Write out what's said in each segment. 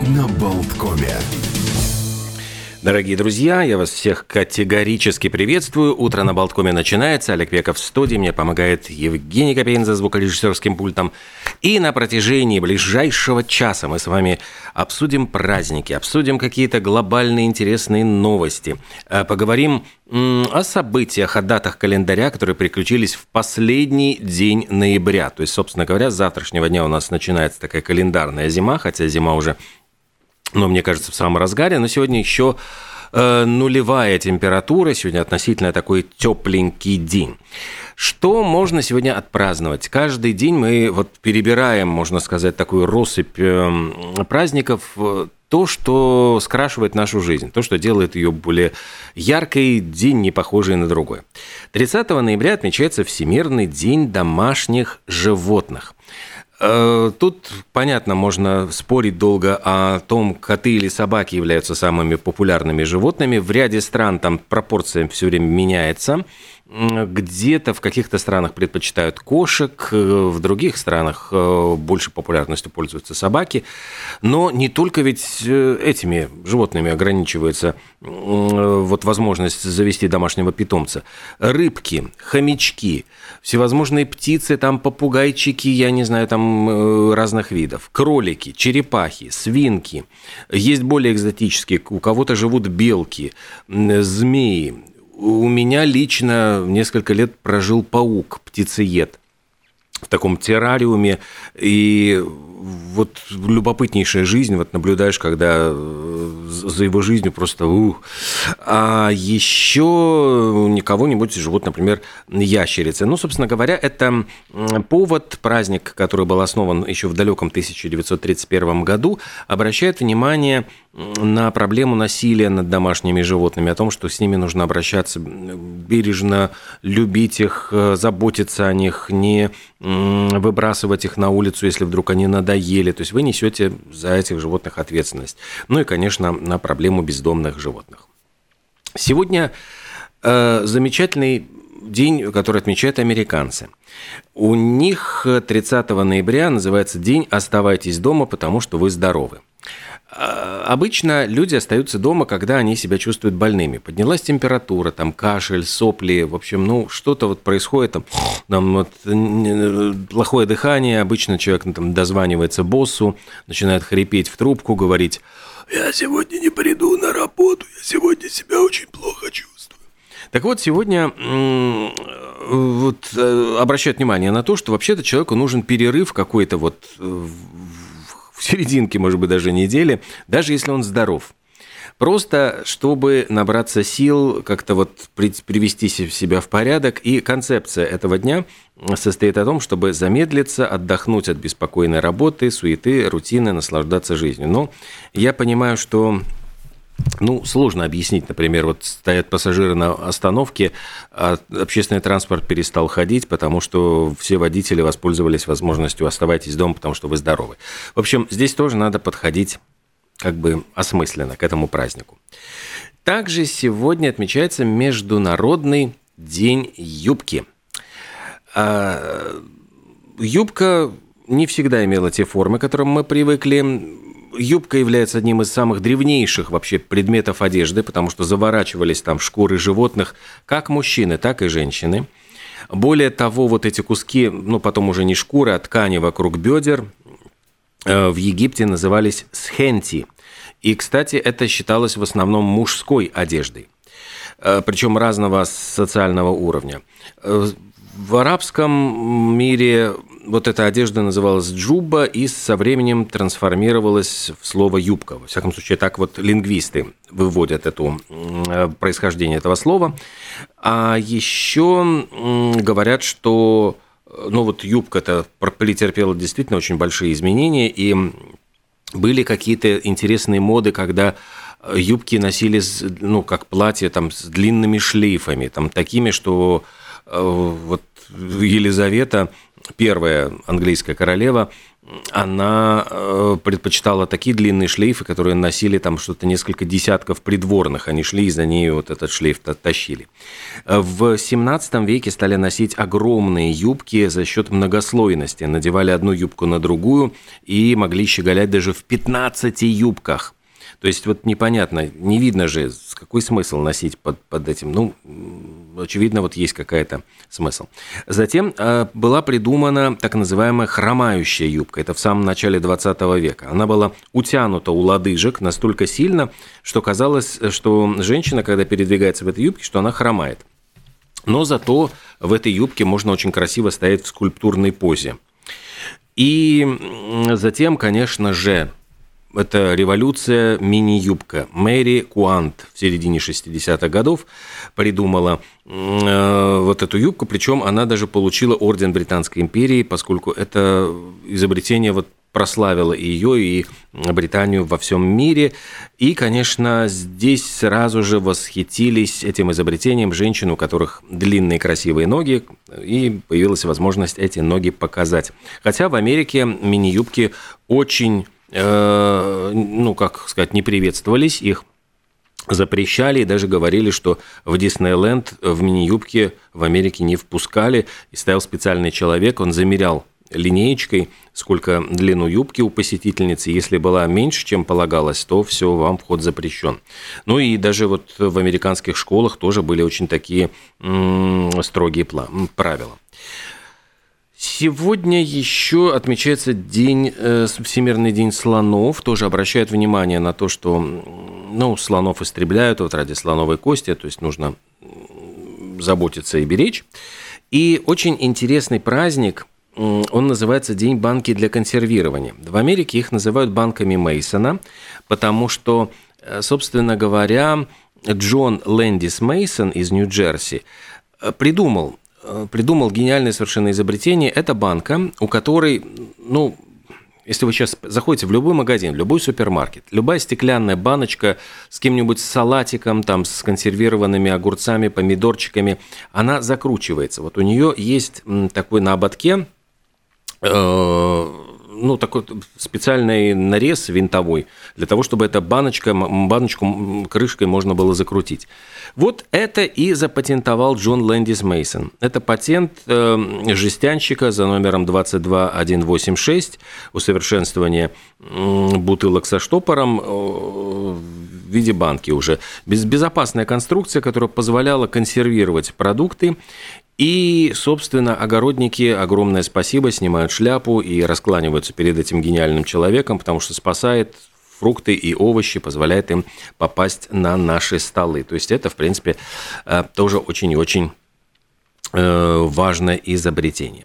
на Болткоме. Дорогие друзья, я вас всех категорически приветствую. Утро на Болткоме начинается. Олег Пеков в студии. Мне помогает Евгений Копейн за звукорежиссерским пультом. И на протяжении ближайшего часа мы с вами обсудим праздники, обсудим какие-то глобальные интересные новости, поговорим о событиях, о датах календаря, которые приключились в последний день ноября. То есть, собственно говоря, с завтрашнего дня у нас начинается такая календарная зима, хотя зима уже, мне кажется, в самом разгаре, но сегодня еще нулевая температура, сегодня относительно такой тепленький день. Что можно сегодня отпраздновать? Каждый день мы перебираем, можно сказать, такую россыпь праздников, то, что скрашивает нашу жизнь, то, что делает ее более яркой, день не похожий на другой. 30 ноября отмечается Всемирный день домашних животных. Тут, понятно, можно спорить долго о том, коты или собаки являются самыми популярными животными. В ряде стран там пропорция все время меняется. Где-то в каких-то странах предпочитают кошек, в других странах больше популярностью пользуются собаки. Но не только ведь этими животными ограничивается возможность завести домашнего питомца. Рыбки, хомячки, всевозможные птицы, там попугайчики, я не знаю, там разных видов, кролики, черепахи, свинки. Есть более экзотические, у кого-то живут белки, змеи. У меня лично несколько лет прожил паук, птицеед, в таком террариуме, и любопытнейшая жизнь, наблюдаешь, когда за его жизнью просто А еще кого-нибудь живут, например, ящерицы. Собственно говоря, это праздник, который был основан еще в далеком 1931 году, обращает внимание на проблему насилия над домашними животными, о том, что с ними нужно обращаться бережно, любить их, заботиться о них, не выбрасывать их на улицу, если вдруг они надоели. То есть вы несете за этих животных ответственность. И, конечно, на проблему бездомных животных. Сегодня замечательный день, который отмечают американцы. У них 30 ноября называется день «Оставайтесь дома, потому что вы здоровы». Обычно люди остаются дома, когда они себя чувствуют больными. Поднялась температура, кашель, сопли, в общем, что-то происходит, плохое дыхание. Обычно человек дозванивается боссу, начинает хрипеть в трубку, говорить: «Я сегодня не приду на работу, я сегодня себя очень плохо чувствую». Так вот, сегодня обращают внимание на то, что вообще-то человеку нужен перерыв какой-то в серединке, может быть, даже недели, даже если он здоров. Просто чтобы набраться сил, как-то привести себя в порядок. И концепция этого дня состоит в том, чтобы замедлиться, отдохнуть от беспокойной работы, суеты, рутины, наслаждаться жизнью. Но я понимаю, что сложно объяснить, например, стоят пассажиры на остановке, а общественный транспорт перестал ходить, потому что все водители воспользовались возможностью «оставайтесь дома, потому что вы здоровы». В общем, здесь тоже надо подходить осмысленно к этому празднику. Также сегодня отмечается Международный день юбки. Юбка не всегда имела те формы, к которым мы привыкли. Юбка является одним из самых древнейших вообще предметов одежды, потому что заворачивались в шкуры животных как мужчины, так и женщины. Более того, эти куски, потом уже не шкуры, а ткани вокруг бедер, в Египте назывались схенти. И, кстати, это считалось в основном мужской одеждой, причем разного социального уровня. В арабском мире эта одежда называлась джубба и со временем трансформировалась в слово юбка. Во всяком случае, так лингвисты выводят происхождение этого слова. А еще говорят, что юбка-то претерпела действительно очень большие изменения, и были какие-то интересные моды, когда юбки носились, как платья, с длинными шлейфами, такими, что Елизавета первая английская королева, она предпочитала такие длинные шлейфы, которые носили там что-то несколько десятков придворных. Они шли и за ней вот этот шлейф тащили. В 17 веке стали носить огромные юбки за счет многослойности. Надевали одну юбку на другую и могли щеголять даже в 15 юбках. То есть вот непонятно, не видно же, какой смысл носить под этим. Ну, очевидно, вот есть какая-то смысл. Затем была придумана так называемая хромающая юбка. Это в самом начале 20 века. Она была утянута у лодыжек настолько сильно, что казалось, что женщина, когда передвигается в этой юбке, что она хромает. Но зато в этой юбке можно очень красиво стоять в скульптурной позе. И затем, конечно же, это революция мини-юбка. Мэри Куант в середине 60-х годов придумала вот эту юбку, причем она даже получила орден Британской империи, поскольку это изобретение вот прославило и ее, и Британию во всем мире. И, конечно, здесь сразу же восхитились этим изобретением женщин, у которых длинные красивые ноги, и появилась возможность эти ноги показать. Хотя в Америке мини-юбки очень... не приветствовались, их запрещали и даже говорили, что в Диснейленд в мини-юбке в Америке не впускали. И стоял специальный человек, он замерял линеечкой, сколько длину юбки у посетительницы. Если была меньше, чем полагалось, то все, вам вход запрещен. Ну и даже вот в американских школах тоже были очень такие строгие правила. Сегодня еще отмечается Всемирный день слонов. Тоже обращают внимание на то, что слонов истребляют вот ради слоновой кости, то есть нужно заботиться и беречь. И очень интересный праздник, он называется День банки для консервирования. В Америке их называют банками Мейсона, потому что, собственно говоря, Джон Лэндис Мейсон из Нью-Джерси придумал гениальное совершенно изобретение. Это банка, у которой, если вы сейчас заходите в любой магазин, в любой супермаркет, любая стеклянная баночка с каким-нибудь салатиком, там, с консервированными огурцами, помидорчиками, она закручивается. Вот у нее есть такой на ободке, такой специальный нарез винтовой для того, чтобы эту баночку крышкой можно было закрутить. Вот это и запатентовал Джон Лэндис Мейсон. Это патент жестянщика за номером 22186, усовершенствование бутылок со штопором в виде банки уже. Безопасная конструкция, которая позволяла консервировать продукты. И, собственно, огородники, огромное спасибо, снимают шляпу и раскланиваются перед этим гениальным человеком, потому что спасает фрукты и овощи, позволяет им попасть на наши столы. То есть это, в принципе, тоже очень и очень важное изобретение.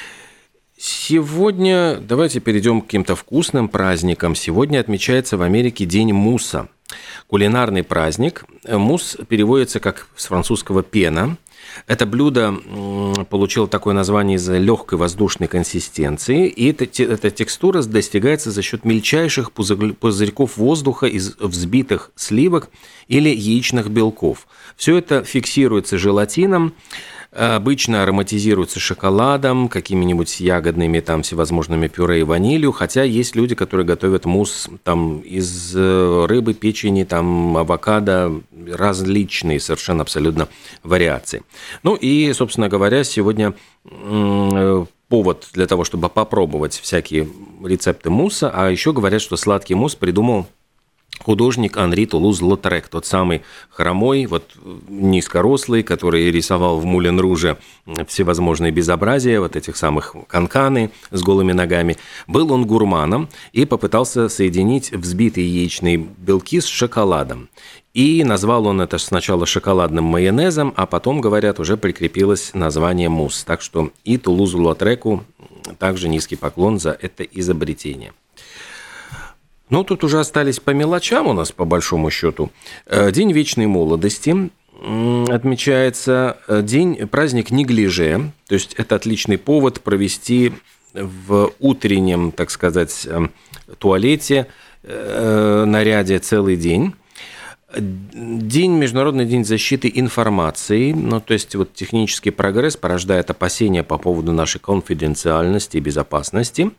Сегодня давайте перейдем к каким-то вкусным праздникам. Сегодня отмечается в Америке День мусса. Кулинарный праздник. Мусс переводится как с французского «пена». Это блюдо получило такое название из-за легкой воздушной консистенции, и эта текстура достигается за счет мельчайших пузырьков воздуха из взбитых сливок или яичных белков. Все это фиксируется желатином, обычно ароматизируется шоколадом, какими-нибудь ягодными там всевозможными пюре и ванилью, хотя есть люди, которые готовят мусс там из рыбы, печени, там авокадо, различные совершенно абсолютно вариации. Ну и, собственно говоря, сегодня повод для того, чтобы попробовать всякие рецепты мусса, а еще говорят, что сладкий мусс придумал художник Анри Тулуз-Лотрек, тот самый хромой, вот низкорослый, который рисовал в Мулен-Руже всевозможные безобразия, вот этих самых канканы с голыми ногами. Был он гурманом и попытался соединить взбитые яичные белки с шоколадом. И назвал он это сначала шоколадным майонезом, а потом, говорят, уже прикрепилось название мусс. Так что и Тулузу-Лотреку также низкий поклон за это изобретение. Ну, тут уже остались по мелочам у нас, по большому счету. День вечной молодости отмечается, праздник неглиже, то есть это отличный повод провести в утреннем, так сказать, туалете, наряде целый день. Международный день защиты информации, ну, то есть вот технический прогресс порождает опасения по поводу нашей конфиденциальности и безопасности.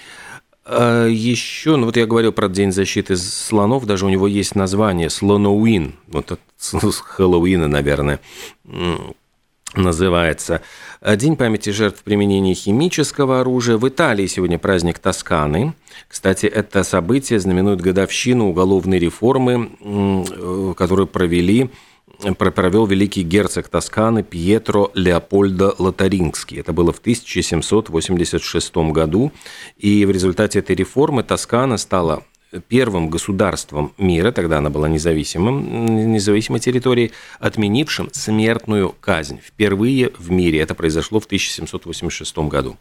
Еще, ну вот я говорил про День защиты слонов, даже у него есть название Слоноуин, вот с Хэллоуина, наверное, называется. День памяти жертв применения химического оружия. В Италии сегодня праздник Тосканы. Кстати, это событие знаменует годовщину уголовной реформы, которую провел великий герцог Тосканы Пьетро Леопольдо Лотарингский. Это было в 1786 году. И в результате этой реформы Тоскана стала первым государством мира, тогда она была независимой территорией, отменившим смертную казнь. Впервые в мире это произошло в 1786 году.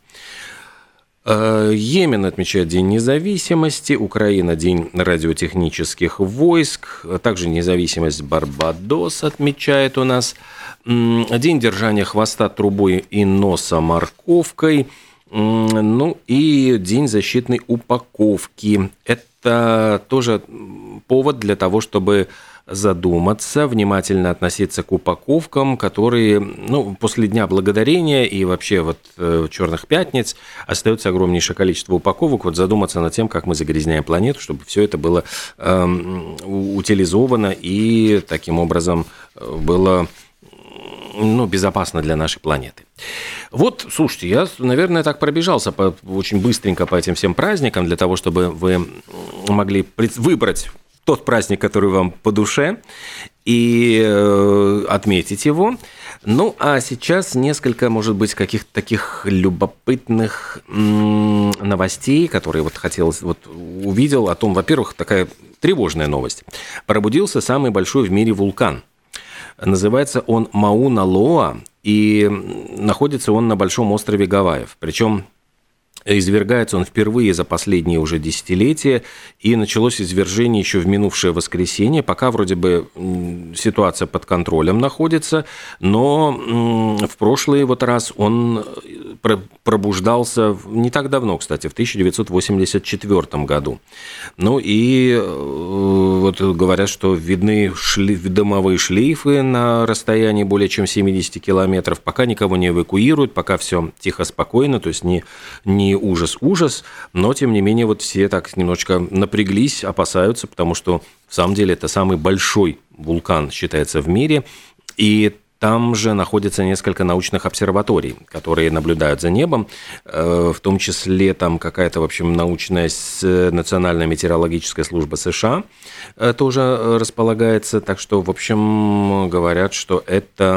Йемен отмечает День независимости, Украина – День радиотехнических войск, также независимость Барбадос отмечает у нас, День держания хвоста трубой и носа морковкой, ну и День защитной упаковки. Это тоже повод для того, чтобы задуматься, внимательно относиться к упаковкам, которые, ну, после Дня Благодарения и вообще вот Черных пятниц остается огромнейшее количество упаковок. Вот задуматься над тем, как мы загрязняем планету, чтобы все это было утилизовано и таким образом было, ну, безопасно для нашей планеты. Вот, слушайте, я, наверное, так пробежался очень быстренько по этим всем праздникам, для того, чтобы вы могли выбрать тот праздник, который вам по душе, и отметить его. Ну, а сейчас несколько, может быть, каких-то таких любопытных новостей, которые вот хотелось, вот увидел о том, во-первых, такая тревожная новость. Пробудился самый большой в мире вулкан. Называется он Мауна-Лоа, и находится он на большом острове Гавайев. Причем извергается он впервые за последние уже десятилетия, и началось извержение еще в минувшее воскресенье. Пока вроде бы ситуация под контролем находится, но в прошлый вот раз он пробуждался не так давно, кстати, в 1984 году. Ну и вот говорят, что видны дымовые шлейфы на расстоянии более чем 70 километров. Пока никого не эвакуируют, пока все тихо, спокойно, то есть не ужас, но, тем не менее, вот все так немножечко напряглись, опасаются, потому что, в самом деле, это самый большой вулкан, считается, в мире, и там же находится несколько научных обсерваторий, которые наблюдают за небом, в том числе там какая-то, в общем, научная Национальная метеорологическая служба США тоже располагается, так что, в общем, говорят, что это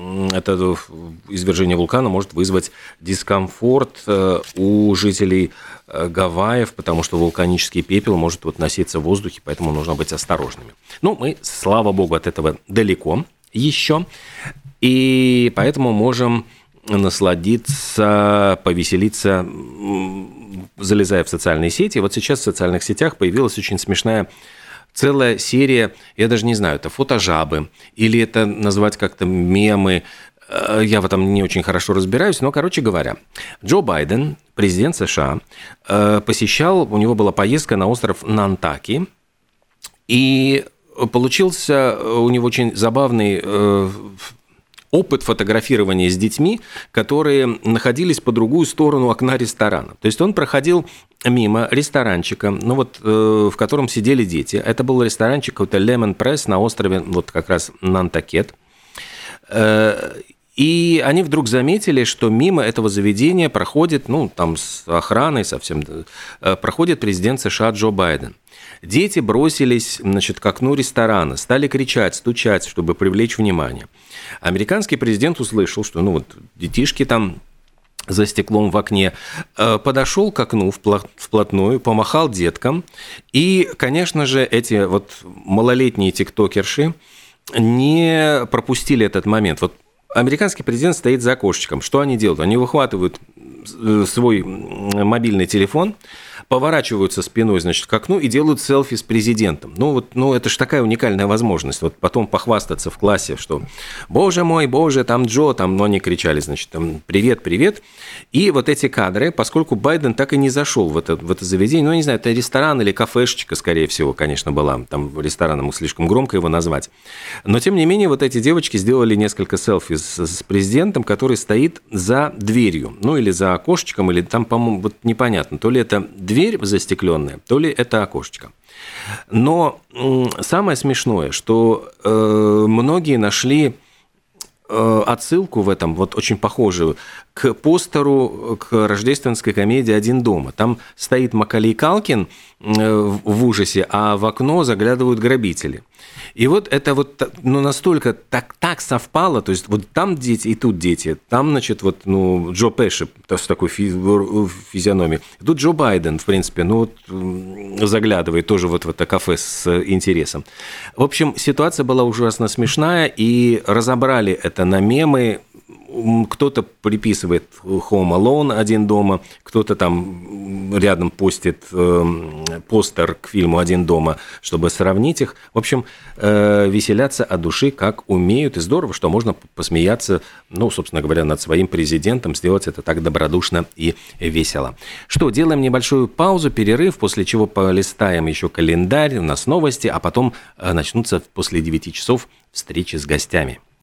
извержение вулкана может вызвать дискомфорт у жителей Гавайев, потому что вулканический пепел может вот носиться в воздухе, поэтому нужно быть осторожными. Ну, мы, слава богу, от этого далеко еще, и поэтому можем насладиться, повеселиться, залезая в социальные сети. Вот сейчас в социальных сетях появилась очень смешная целая серия, я даже не знаю, это фотожабы, или это назвать как-то мемы, я в этом не очень хорошо разбираюсь, но, короче говоря, Джо Байден, президент США, посещал, у него была поездка на остров Нантаки, и получился у него очень забавный опыт фотографирования с детьми, которые находились по другую сторону окна ресторана. То есть он проходил мимо ресторанчика, ну вот, в котором сидели дети. Это был ресторанчик, какой-то Lemon Press на острове, вот как раз Нантакет. И они вдруг заметили, что мимо этого заведения проходит, ну, там с охраной совсем, проходит президент США Джо Байден. Дети бросились, значит, к окну ресторана, стали кричать, стучать, чтобы привлечь внимание. Американский президент услышал, что, ну, вот, детишки там за стеклом в окне, подошел к окну вплотную, помахал деткам. И, конечно же, эти вот малолетние тиктокерши не пропустили этот момент. Вот американский президент стоит за окошечком. Что они делают? Они выхватывают свой мобильный телефон, поворачиваются спиной, значит, к окну и делают селфи с президентом. Ну, это же такая уникальная возможность. Вот потом похвастаться в классе, что «Боже мой, боже, там Джо», там, ну, они кричали, значит, там «Привет, привет». И вот эти кадры, поскольку Байден так и не зашел в это заведение, ну, я не знаю, это ресторан или кафешечка, скорее всего, конечно, была. Там рестораном слишком громко его назвать. Но, тем не менее, вот эти девочки сделали несколько селфи с президентом, который стоит за дверью, ну, или за окошечком, или там, по-моему, вот непонятно, то ли это дверь застекленная, то ли это окошечко. Но самое смешное, что многие нашли отсылку в этом, вот очень похожую, к постеру, к рождественской комедии «Один дома». Там стоит Маколей Калкин в ужасе, а в окно заглядывают грабители. И вот это вот, ну, настолько так совпало, то есть вот там дети и тут дети, там, значит, вот, ну, Джо Пеши с такой физиономией, тут Джо Байден, в принципе, ну, вот, заглядывает тоже вот в это кафе с интересом. В общем, ситуация была ужасно смешная, и разобрали это на мемы. Кто-то приписывает Home Alone «Один дома», кто-то там рядом постит постер к фильму «Один дома», чтобы сравнить их. В общем, веселятся от души, как умеют. И здорово, что можно посмеяться, ну, собственно говоря, над своим президентом, сделать это так добродушно и весело. Что, делаем небольшую паузу, перерыв, после чего полистаем еще календарь, у нас новости, а потом начнутся после 9 часов встречи с гостями.